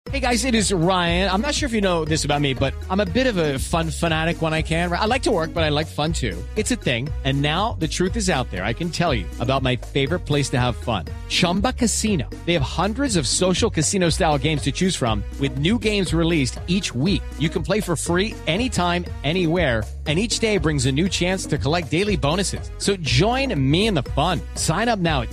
Hey guys, it is Ryan. I'm not sure if you know this about me, but I'm a bit of a fun fanatic when I can. I like to work, but I like fun too. It's a thing. And now the truth is out there. I can tell you about my favorite place to have fun. Chumba Casino. They have hundreds of social casino style games to choose from with new games released each week. You can play for free anytime, anywhere. And each day brings a new chance to collect daily bonuses. So join me in the fun. Sign up now at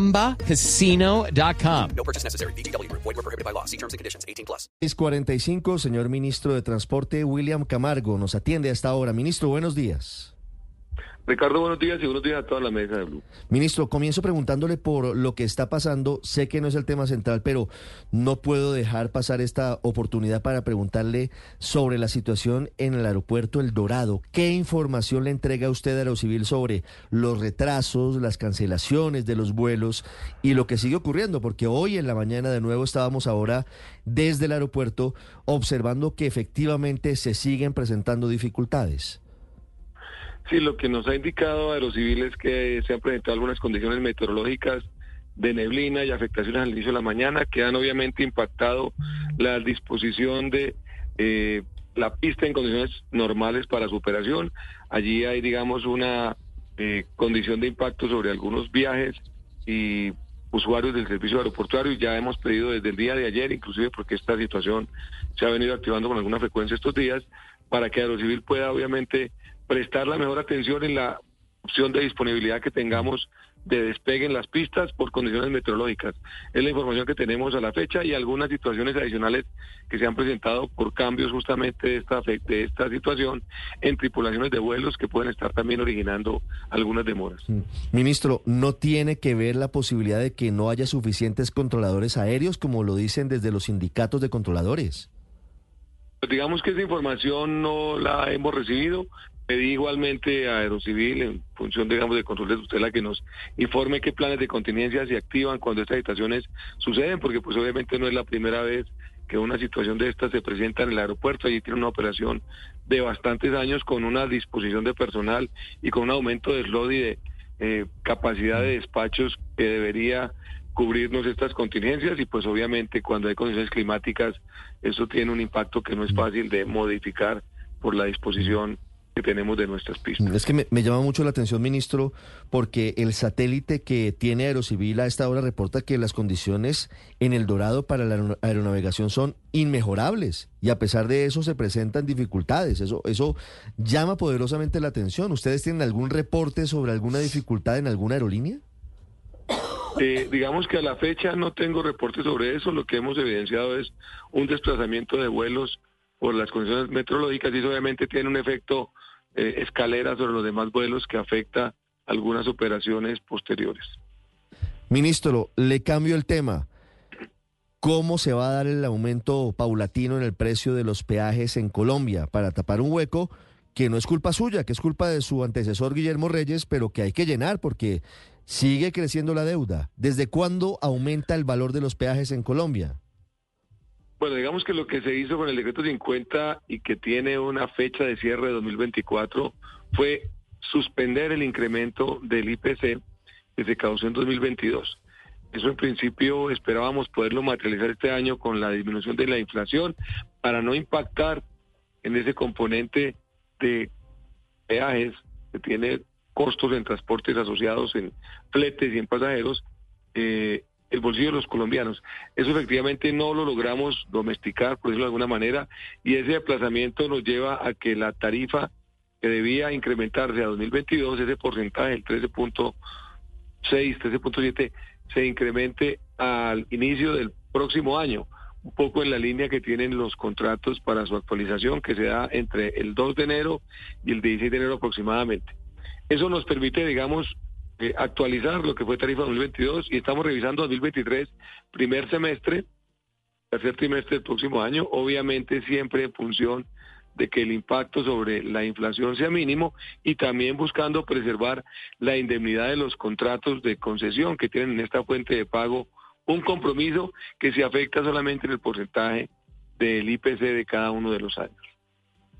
ChumbaCasino.com. No purchase necessary. VGW Group. Void where prohibited by law. See terms and conditions. 18+. 6:45, señor ministro de Transporte, William Camargo, nos atiende a esta hora. Ministro, buenos días. Ricardo, buenos días y buenos días a toda la mesa de Blue. Ministro, comienzo preguntándole por lo que está pasando. Sé que no es el tema central, pero no puedo dejar pasar esta oportunidad para preguntarle sobre la situación en el aeropuerto El Dorado. ¿Qué información le entrega usted a Aerocivil sobre los retrasos, las cancelaciones de los vuelos y lo que sigue ocurriendo? Porque hoy en la mañana de nuevo estábamos ahora desde el aeropuerto observando que efectivamente se siguen presentando dificultades. Sí, lo que nos ha indicado Aerocivil es que se han presentado algunas condiciones meteorológicas de neblina y afectaciones al inicio de la mañana que han obviamente impactado la disposición de la pista en condiciones normales para su operación. Allí hay, digamos, una condición de impacto sobre algunos viajes y usuarios del servicio aeroportuario, y ya hemos pedido desde el día de ayer, inclusive porque esta situación se ha venido activando con alguna frecuencia estos días, para que Aerocivil pueda obviamente prestar la mejor atención en la opción de disponibilidad que tengamos de despegue en las pistas por condiciones meteorológicas. Es la información que tenemos a la fecha y algunas situaciones adicionales que se han presentado por cambios justamente de esta situación en tripulaciones de vuelos que pueden estar también originando algunas demoras. Ministro, ¿no tiene que ver la posibilidad de que no haya suficientes controladores aéreos, como lo dicen desde los sindicatos de controladores? Pues digamos que esa información no la hemos recibido. Pedí igualmente a Aerocivil, en función, digamos, de control de tutela, que nos informe qué planes de contingencia se activan cuando estas situaciones suceden, porque pues obviamente no es la primera vez que una situación de estas se presenta en el aeropuerto. Allí tiene una operación de bastantes años con una disposición de personal y con un aumento de slot y de capacidad de despachos que debería cubrirnos estas contingencias, y pues obviamente cuando hay condiciones climáticas eso tiene un impacto que no es fácil de modificar por la disposición que tenemos de nuestras pistas. Es que me llama mucho la atención, ministro, porque el satélite que tiene Aerocivil a esta hora reporta que las condiciones en El Dorado para la aeronavegación son inmejorables, y a pesar de eso se presentan dificultades. Eso llama poderosamente la atención. ¿Ustedes tienen algún reporte sobre alguna dificultad en alguna aerolínea? Digamos que a la fecha no tengo reportes sobre eso. Lo que hemos evidenciado es un desplazamiento de vuelos por las condiciones meteorológicas, y eso obviamente tiene un efecto escalera sobre los demás vuelos que afecta algunas operaciones posteriores. Ministro, le cambio el tema. ¿Cómo se va a dar el aumento paulatino en el precio de los peajes en Colombia para tapar un hueco que no es culpa suya, que es culpa de su antecesor Guillermo Reyes, pero que hay que llenar porque sigue creciendo la deuda? ¿Desde cuándo aumenta el valor de los peajes en Colombia? Bueno, digamos que lo que se hizo con el decreto 50 y que tiene una fecha de cierre de 2024 fue suspender el incremento del IPC que se causó en 2022. Eso en principio esperábamos poderlo materializar este año con la disminución de la inflación para no impactar en ese componente de peajes que tiene costos en transportes asociados en fletes y en pasajeros, el bolsillo de los colombianos. Eso efectivamente no lo logramos domesticar, por decirlo de alguna manera, y ese aplazamiento nos lleva a que la tarifa que debía incrementarse a 2022, ese porcentaje, el 13.6, 13.7, se incremente al inicio del próximo año, un poco en la línea que tienen los contratos para su actualización, que se da entre el 2 de enero y el 16 de enero aproximadamente. Eso nos permite, digamos, actualizar lo que fue tarifa 2022, y estamos revisando 2023, primer semestre, tercer trimestre del próximo año, obviamente siempre en función de que el impacto sobre la inflación sea mínimo, y también buscando preservar la indemnidad de los contratos de concesión que tienen en esta fuente de pago un compromiso que se afecta solamente en el porcentaje del IPC de cada uno de los años.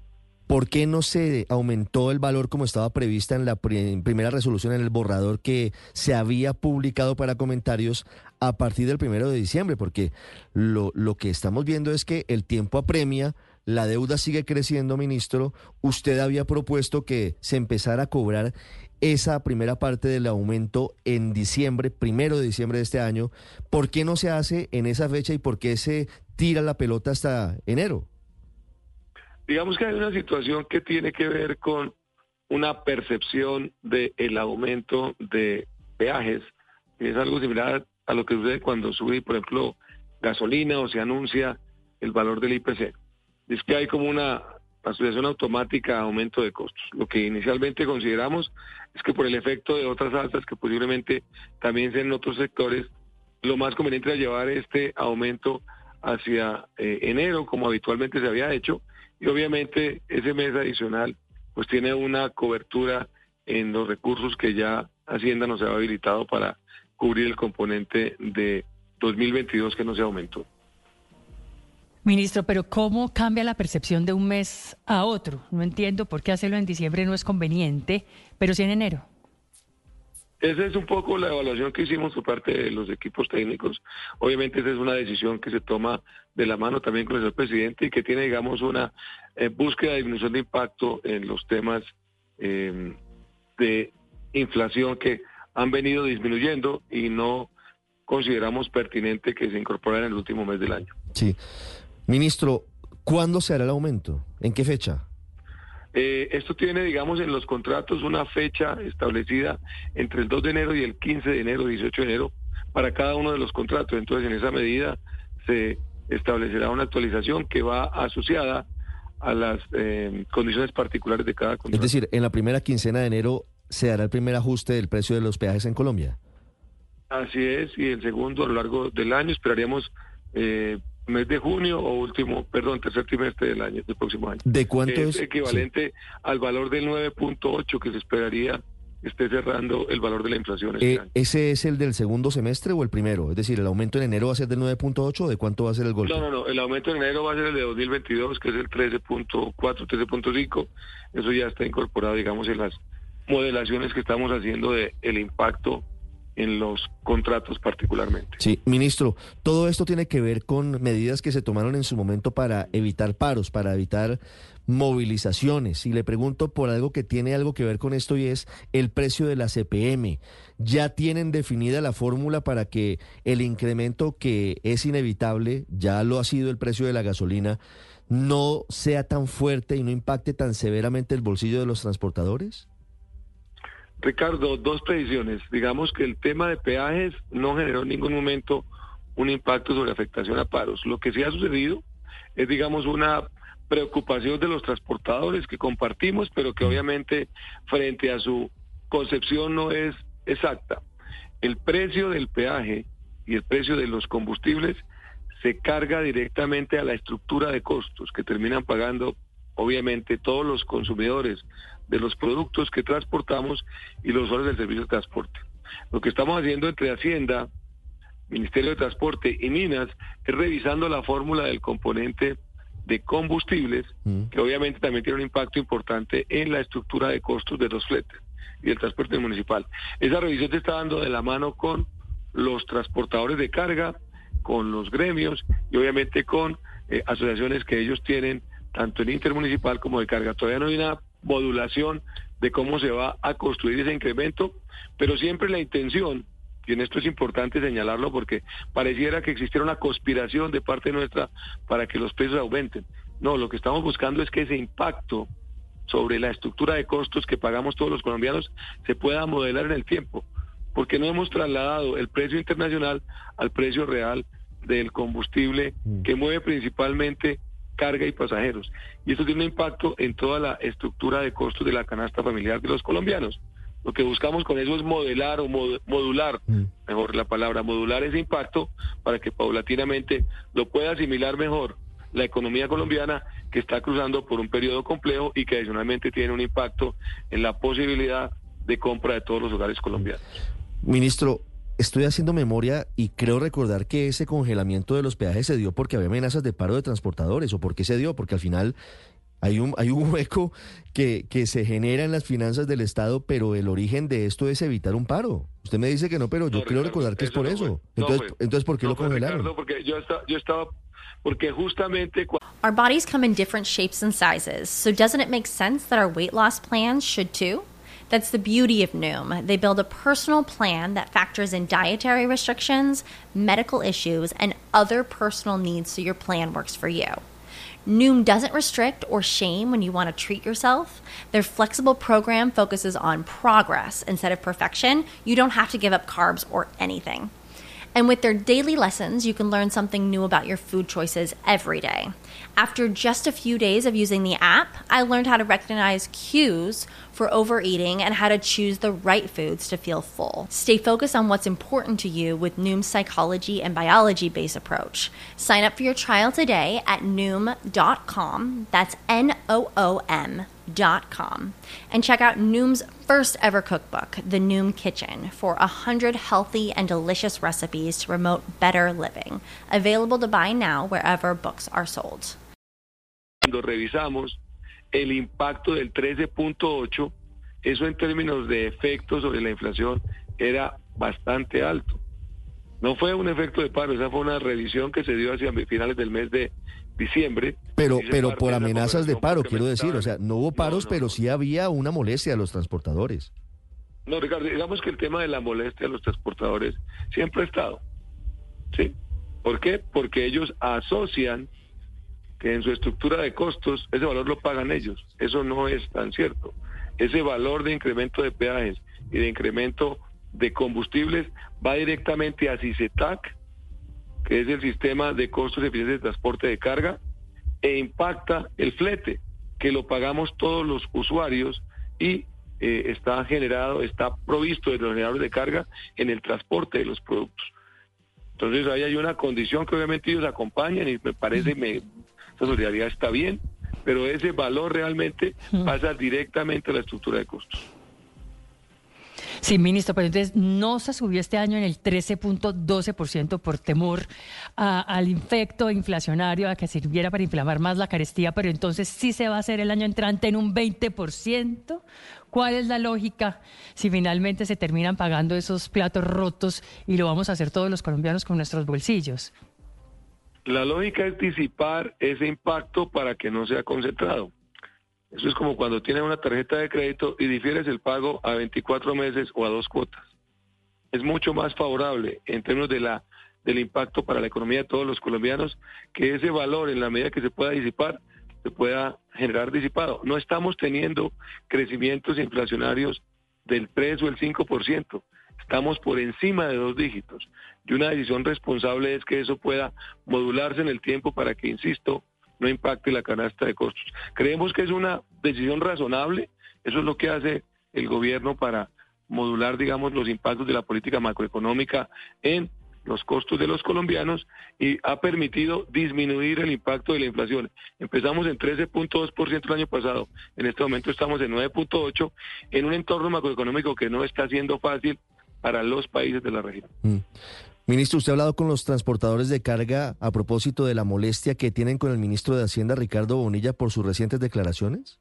¿Por qué no se aumentó el valor como estaba prevista en la primera resolución, en el borrador que se había publicado para comentarios a partir del 1 de diciembre? Porque lo que estamos viendo es que el tiempo apremia, la deuda sigue creciendo, ministro. Usted había propuesto que se empezara a cobrar esa primera parte del aumento en diciembre, 1 de diciembre de este año. ¿Por qué no se hace en esa fecha y por qué se tira la pelota hasta enero? Digamos que hay una situación que tiene que ver con una percepción del aumento de peajes. Es algo similar a lo que sucede cuando sube, por ejemplo, gasolina o se anuncia el valor del IPC. Es que hay como una asociación automática a aumento de costos. Lo que inicialmente consideramos es que por el efecto de otras alzas que posiblemente también sean en otros sectores, lo más conveniente era llevar este aumento hacia enero, como habitualmente se había hecho, y obviamente ese mes adicional pues tiene una cobertura en los recursos que ya Hacienda nos ha habilitado para cubrir el componente de 2022 que no se aumentó. Ministro, pero ¿cómo cambia la percepción de un mes a otro? No entiendo por qué hacerlo en diciembre no es conveniente, pero sí en enero. Esa es un poco la evaluación que hicimos por parte de los equipos técnicos. Obviamente esa es una decisión que se toma de la mano también con el señor presidente y que tiene, digamos, una búsqueda de disminución de impacto en los temas de inflación que han venido disminuyendo y no consideramos pertinente que se incorporara en el último mes del año. Sí. Ministro, ¿cuándo se hará el aumento? ¿En qué fecha? Esto tiene, digamos, en los contratos una fecha establecida entre el 2 de enero y el 15 de enero, 18 de enero, para cada uno de los contratos. Entonces, en esa medida se establecerá una actualización que va asociada a las condiciones particulares de cada contrato. Es decir, en la primera quincena de enero se hará el primer ajuste del precio de los peajes en Colombia. Así es, y el segundo a lo largo del año esperaríamos mes de junio o tercer trimestre del próximo año. ¿De cuánto es? Equivalente al valor del 9.8 que se esperaría esté cerrando el valor de la inflación este año. ¿Ese es el del segundo semestre o el primero? Es decir, ¿el aumento en enero va a ser del 9.8 o de cuánto va a ser el golpe? No, el aumento en enero va a ser el de 2022, que es el 13.4, 13.5. Eso ya está incorporado, digamos, en las modelaciones que estamos haciendo de el impacto en los contratos particularmente. Sí, ministro, todo esto tiene que ver con medidas que se tomaron en su momento para evitar paros, para evitar movilizaciones. Y le pregunto por algo que tiene algo que ver con esto y es el precio de la CPM. ¿Ya tienen definida la fórmula para que el incremento que es inevitable, ya lo ha sido el precio de la gasolina, no sea tan fuerte y no impacte tan severamente el bolsillo de los transportadores? Ricardo, dos precisiones. Digamos que el tema de peajes no generó en ningún momento un impacto sobre afectación a paros. Lo que sí ha sucedido es, digamos, una preocupación de los transportadores que compartimos, pero que obviamente frente a su concepción no es exacta. El precio del peaje y el precio de los combustibles se carga directamente a la estructura de costos que terminan pagando obviamente todos los consumidores de los productos que transportamos y los usuarios del servicio de transporte. Lo que estamos haciendo entre Hacienda, Ministerio de Transporte y Minas es revisando la fórmula del componente de combustibles, que obviamente también tiene un impacto importante en la estructura de costos de los fletes y el transporte municipal. Esa revisión se está dando de la mano con los transportadores de carga, con los gremios y obviamente con asociaciones que ellos tienen, tanto el intermunicipal como de carga. Todavía no hay una modulación de cómo se va a construir ese incremento, pero siempre la intención, y en esto es importante señalarlo porque pareciera que existiera una conspiración de parte nuestra para que los precios aumenten. No, lo que estamos buscando es que ese impacto sobre la estructura de costos que pagamos todos los colombianos se pueda modelar en el tiempo, porque no hemos trasladado el precio internacional al precio real del combustible que mueve principalmente carga y pasajeros. Y esto tiene un impacto en toda la estructura de costos de la canasta familiar de los colombianos. Lo que buscamos con eso es modelar o modular, mejor la palabra, modular ese impacto para que paulatinamente lo pueda asimilar mejor la economía colombiana, que está cruzando por un periodo complejo y que adicionalmente tiene un impacto en la posibilidad de compra de todos los hogares colombianos. Ministro, estoy haciendo memoria y creo recordar que ese congelamiento de los peajes se dio porque había amenazas de paro de transportadores. ¿O por qué se dio? Porque al final Hay un hueco que se genera en las finanzas del Estado, pero el origen de esto es evitar un paro. Usted me dice que no, pero yo No, creo Ricardo, recordar que es por no eso. fue. Entonces, ¿por qué No lo fue, congelaron? Ricardo, porque yo estaba, porque justamente Our bodies come in different shapes and sizes, so doesn't it make sense that our weight loss plans should too? That's the beauty of Noom. They build a personal plan that factors in dietary restrictions, medical issues, and other personal needs so your plan works for you. Noom doesn't restrict or shame when you want to treat yourself. Their flexible program focuses on progress instead of perfection. You don't have to give up carbs or anything. And with their daily lessons, you can learn something new about your food choices every day. After just a few days of using the app, I learned how to recognize cues for overeating and how to choose the right foods to feel full. Stay focused on what's important to you with Noom's psychology and biology-based approach. Sign up for your trial today at Noom.com. That's Noom.com. And check out Noom's first ever cookbook, The Noom Kitchen, for 100 healthy and delicious recipes to promote better living. Available to buy now wherever books are sold. cuando revisamos el impacto del 13.8, eso en términos de efecto sobre la inflación era bastante alto. No fue un efecto de paro, esa fue una revisión que se dio hacia finales del mes de diciembre. Pero Hice parte por de esa amenazas de conversación paro, porque quiero me decir, estaban- o sea, no hubo paros, No, pero no. sí había una molestia de los transportadores. No, Ricardo, digamos que el tema de la molestia de los transportadores siempre ha estado. ¿Sí? ¿Por qué? Porque ellos asocian que en su estructura de costos ese valor lo pagan ellos. Eso no es tan cierto. Ese valor de incremento de peajes y de incremento de combustibles va directamente a CICETAC, que es el sistema de costos y eficiencia de transporte de carga, e impacta el flete, que lo pagamos todos los usuarios y está provisto de los generadores de carga en el transporte de los productos. Entonces ahí hay una condición que obviamente ellos acompañan y me parece, esa solidaridad está bien, pero ese valor realmente pasa directamente a la estructura de costos. Sí, ministro, pero entonces no se subió este año en el 13.12% por temor al efecto inflacionario, a que sirviera para inflamar más la carestía, pero entonces sí se va a hacer el año entrante en un 20%. ¿Cuál es la lógica si finalmente se terminan pagando esos platos rotos y lo vamos a hacer todos los colombianos con nuestros bolsillos? La lógica es disipar ese impacto para que no sea concentrado. Eso es como cuando tienes una tarjeta de crédito y difieres el pago a 24 meses o a 2 cuotas. Es mucho más favorable en términos del impacto para la economía de todos los colombianos que ese valor, en la medida que se pueda disipar, se pueda generar disipado. No estamos teniendo crecimientos inflacionarios del 3 o el 5%. Estamos por encima de 2 dígitos. Y una decisión responsable es que eso pueda modularse en el tiempo para que, insisto, no impacte la canasta de costos. Creemos que es una decisión razonable. Eso es lo que hace el gobierno para modular, digamos, los impactos de la política macroeconómica en los costos de los colombianos y ha permitido disminuir el impacto de la inflación. Empezamos en 13.2% el año pasado, en este momento estamos en 9.8%, en un entorno macroeconómico que no está siendo fácil para los países de la región. Ministro, ¿usted ha hablado con los transportadores de carga a propósito de la molestia que tienen con el ministro de Hacienda, Ricardo Bonilla, por sus recientes declaraciones?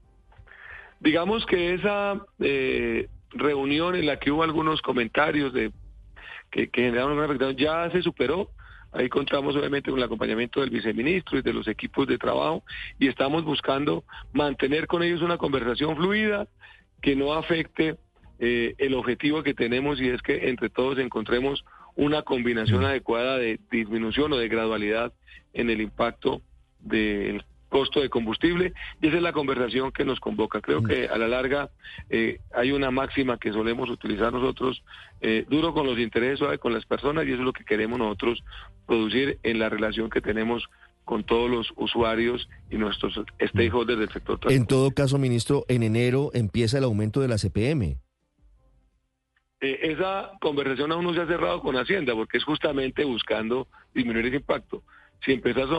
Digamos que esa reunión en la que hubo algunos comentarios que generaron una afectación ya se superó. Ahí contamos obviamente con el acompañamiento del viceministro y de los equipos de trabajo y estamos buscando mantener con ellos una conversación fluida que no afecte el objetivo que tenemos y es que entre todos encontremos una combinación adecuada de disminución o de gradualidad en el impacto del costo de combustible y esa es la conversación que nos convoca. Creo que a la larga hay una máxima que solemos utilizar nosotros, duro con los intereses, suave con las personas y eso es lo que queremos nosotros producir en la relación que tenemos con todos los usuarios y nuestros stakeholders del sector transporte. En todo caso, ministro, en enero empieza el aumento de la CPM. Esa conversación aún no se ha cerrado con Hacienda porque es justamente buscando disminuir ese impacto. Si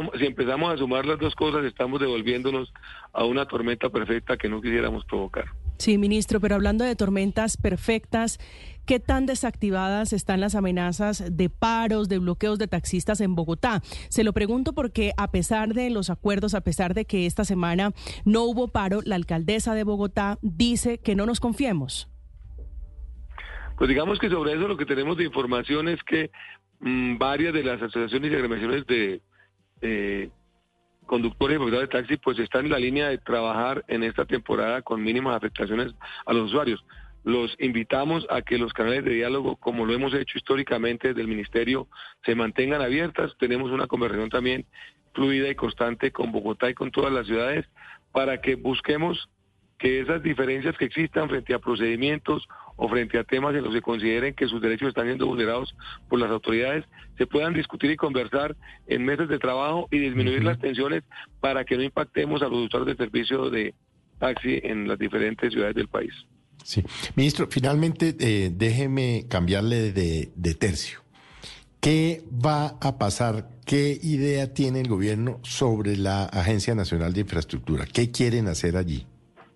empezamos a sumar las dos cosas, estamos devolviéndonos a una tormenta perfecta que no quisiéramos provocar. Sí, ministro, pero hablando de tormentas perfectas, ¿qué tan desactivadas están las amenazas de paros, de bloqueos de taxistas en Bogotá? Se lo pregunto porque a pesar de los acuerdos, a pesar de que esta semana no hubo paro, la alcaldesa de Bogotá dice que no nos confiemos. Pues digamos que sobre eso lo que tenemos de información es que varias de las asociaciones y agremiaciones de conductores y propietarios de taxi pues están en la línea de trabajar en esta temporada con mínimas afectaciones a los usuarios. Los invitamos a que los canales de diálogo, como lo hemos hecho históricamente desde el Ministerio, se mantengan abiertas. Tenemos una conversación también fluida y constante con Bogotá y con todas las ciudades para que busquemos que esas diferencias que existan frente a procedimientos o frente a temas en los que consideren que sus derechos están siendo vulnerados por las autoridades, se puedan discutir y conversar en mesas de trabajo y disminuir las tensiones para que no impactemos a los usuarios del servicio de taxi en las diferentes ciudades del país. Sí. Ministro, finalmente déjeme cambiarle de tercio. ¿Qué va a pasar? ¿Qué idea tiene el gobierno sobre la Agencia Nacional de Infraestructura? ¿Qué quieren hacer allí?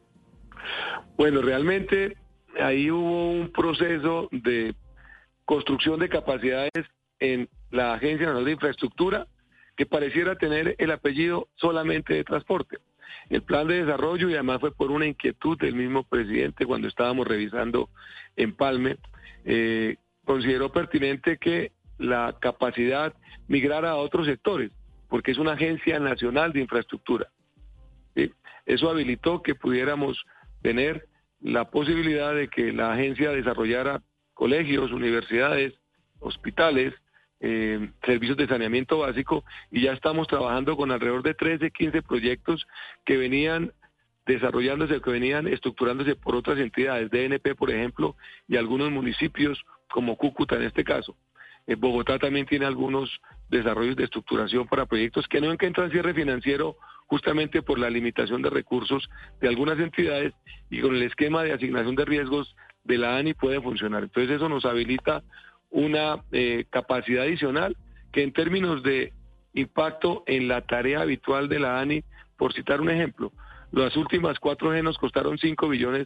Bueno, realmente ahí hubo un proceso de construcción de capacidades en la Agencia Nacional de Infraestructura que pareciera tener el apellido solamente de transporte. El plan de desarrollo, y además fue por una inquietud del mismo presidente cuando estábamos revisando Empalme, consideró pertinente que la capacidad migrara a otros sectores, porque es una agencia nacional de infraestructura. ¿Sí? Eso habilitó que pudiéramos tener la posibilidad de que la agencia desarrollara colegios, universidades, hospitales, servicios de saneamiento básico, y ya estamos trabajando con alrededor de 13, 15 proyectos que venían desarrollándose, que venían estructurándose por otras entidades, DNP por ejemplo, y algunos municipios como Cúcuta en este caso. Bogotá también tiene algunos desarrollos de estructuración para proyectos que no encuentran en cierre financiero justamente por la limitación de recursos de algunas entidades, y con el esquema de asignación de riesgos de la ANI puede funcionar. Entonces eso nos habilita una capacidad adicional que en términos de impacto en la tarea habitual de la ANI, por citar un ejemplo, las últimas 4G nos costaron 100 billones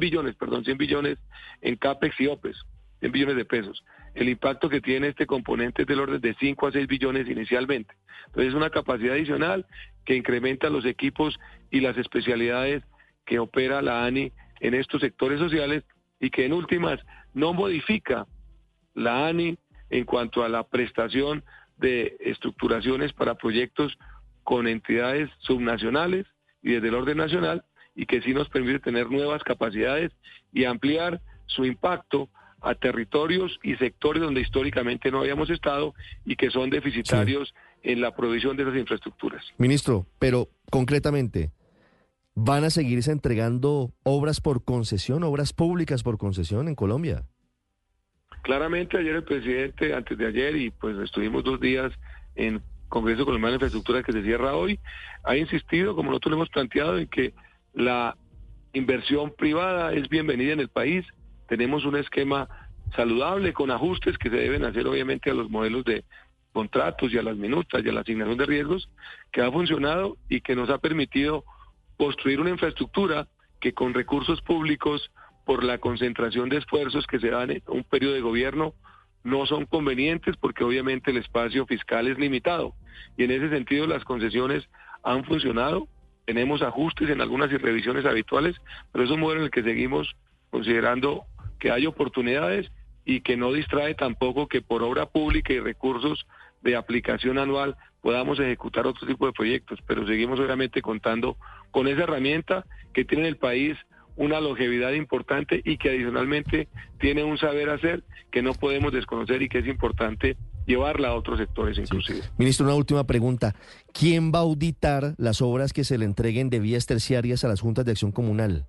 en CAPEX y OPEX, 100 billones de pesos. El impacto que tiene este componente es del orden de 5 a 6 billones inicialmente. Entonces es una capacidad adicional que incrementa los equipos y las especialidades que opera la ANI en estos sectores sociales, y que en últimas no modifica la ANI en cuanto a la prestación de estructuraciones para proyectos con entidades subnacionales y desde el orden nacional, y que sí nos permite tener nuevas capacidades y ampliar su impacto a territorios y sectores donde históricamente no habíamos estado y que son deficitarios en la provisión de esas infraestructuras. Ministro, pero concretamente, ¿van a seguirse entregando obras por concesión, obras públicas por concesión en Colombia? Claramente ayer el presidente, antes de ayer, y pues estuvimos 2 días en Congreso Colombiano de Infraestructura que se cierra hoy, ha insistido, como nosotros lo hemos planteado, en que la inversión privada es bienvenida en el país. Tenemos un esquema saludable con ajustes que se deben hacer obviamente a los modelos de contratos y a las minutas y a la asignación de riesgos, que ha funcionado y que nos ha permitido construir una infraestructura que con recursos públicos, por la concentración de esfuerzos que se dan en un periodo de gobierno, no son convenientes, porque obviamente el espacio fiscal es limitado, y en ese sentido las concesiones han funcionado. Tenemos ajustes en algunas y revisiones habituales, pero es un modelo en el que seguimos considerando que hay oportunidades y que no distrae tampoco que por obra pública y recursos de aplicación anual podamos ejecutar otro tipo de proyectos, pero seguimos obviamente contando con esa herramienta que tiene en el país una longevidad importante y que adicionalmente tiene un saber hacer que no podemos desconocer y que es importante llevarla a otros sectores inclusive. Sí. Ministro, una última pregunta. ¿Quién va a auditar las obras que se le entreguen de vías terciarias a las juntas de acción comunal?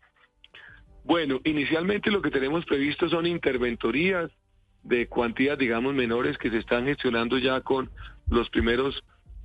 Bueno, inicialmente lo que tenemos previsto son interventorías de cuantías, digamos, menores que se están gestionando ya con los primeros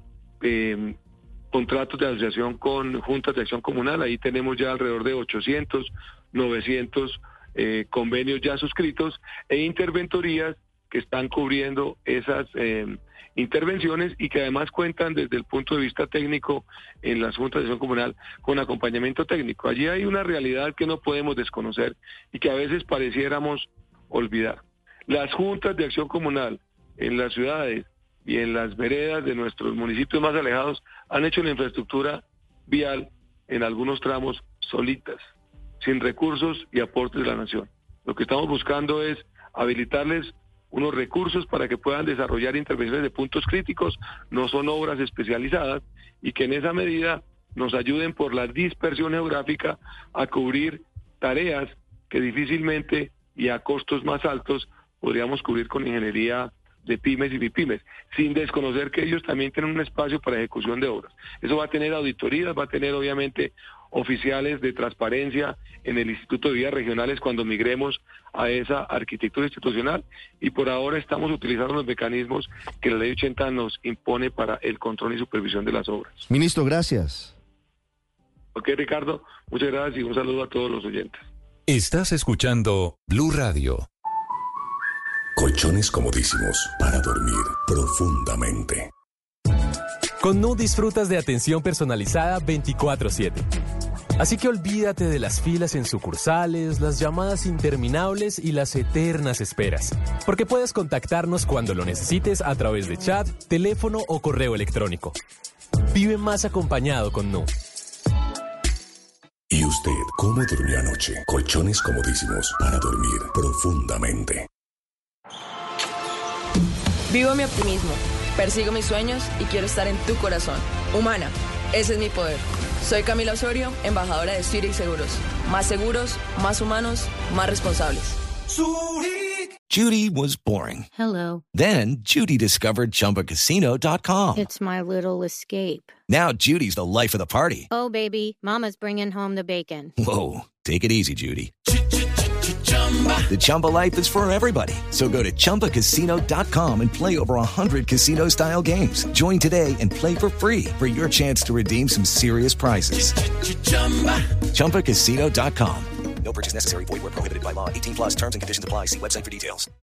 contratos de asociación con juntas de acción comunal. Ahí tenemos ya alrededor de 800, 900 convenios ya suscritos, e interventorías que están cubriendo esas intervenciones y que además cuentan desde el punto de vista técnico en las juntas de acción comunal con acompañamiento técnico. Allí hay una realidad que no podemos desconocer y que a veces pareciéramos olvidar. Las juntas de acción comunal en las ciudades y en las veredas de nuestros municipios más alejados han hecho la infraestructura vial en algunos tramos solitas, sin recursos y aportes de la nación. Lo que estamos buscando es habilitarles unos recursos para que puedan desarrollar intervenciones de puntos críticos, no son obras especializadas, y que en esa medida nos ayuden por la dispersión geográfica a cubrir tareas que difícilmente y a costos más altos podríamos cubrir con ingeniería de pymes y bipymes, sin desconocer que ellos también tienen un espacio para ejecución de obras. Eso va a tener auditorías, va a tener obviamente oficiales de transparencia en el Instituto de Vías Regionales cuando migremos a esa arquitectura institucional, y por ahora estamos utilizando los mecanismos que la Ley 80 nos impone para el control y supervisión de las obras. Ministro, gracias. Ok, Ricardo, muchas gracias y un saludo a todos los oyentes. Estás escuchando Blue Radio. Colchones comodísimos para dormir profundamente. Con Nu disfrutas de atención personalizada 24/7. Así que olvídate de las filas en sucursales, las llamadas interminables y las eternas esperas. Porque puedes contactarnos cuando lo necesites a través de chat, teléfono o correo electrónico. Vive más acompañado con Nu. ¿Y usted cómo durmió anoche? Colchones comodísimos para dormir profundamente. Vivo mi optimismo, persigo mis sueños y quiero estar en tu corazón. Humana, ese es mi poder. Soy Camila Osorio, embajadora de Zurich Seguros. Más seguros, más humanos, más responsables. Zurich. Judy was boring. Hello. Then Judy discovered ChumbaCasino.com. It's my little escape. Now Judy's the life of the party. Oh, baby, mama's bringing home the bacon. Whoa, take it easy, Judy. The Chumba life is for everybody. So go to ChumbaCasino.com and play over 100 casino-style games. Join today and play for free for your chance to redeem some serious prizes. ChumbaCasino.com. No purchase necessary. Void where prohibited by law. 18+ terms and conditions apply. See website for details.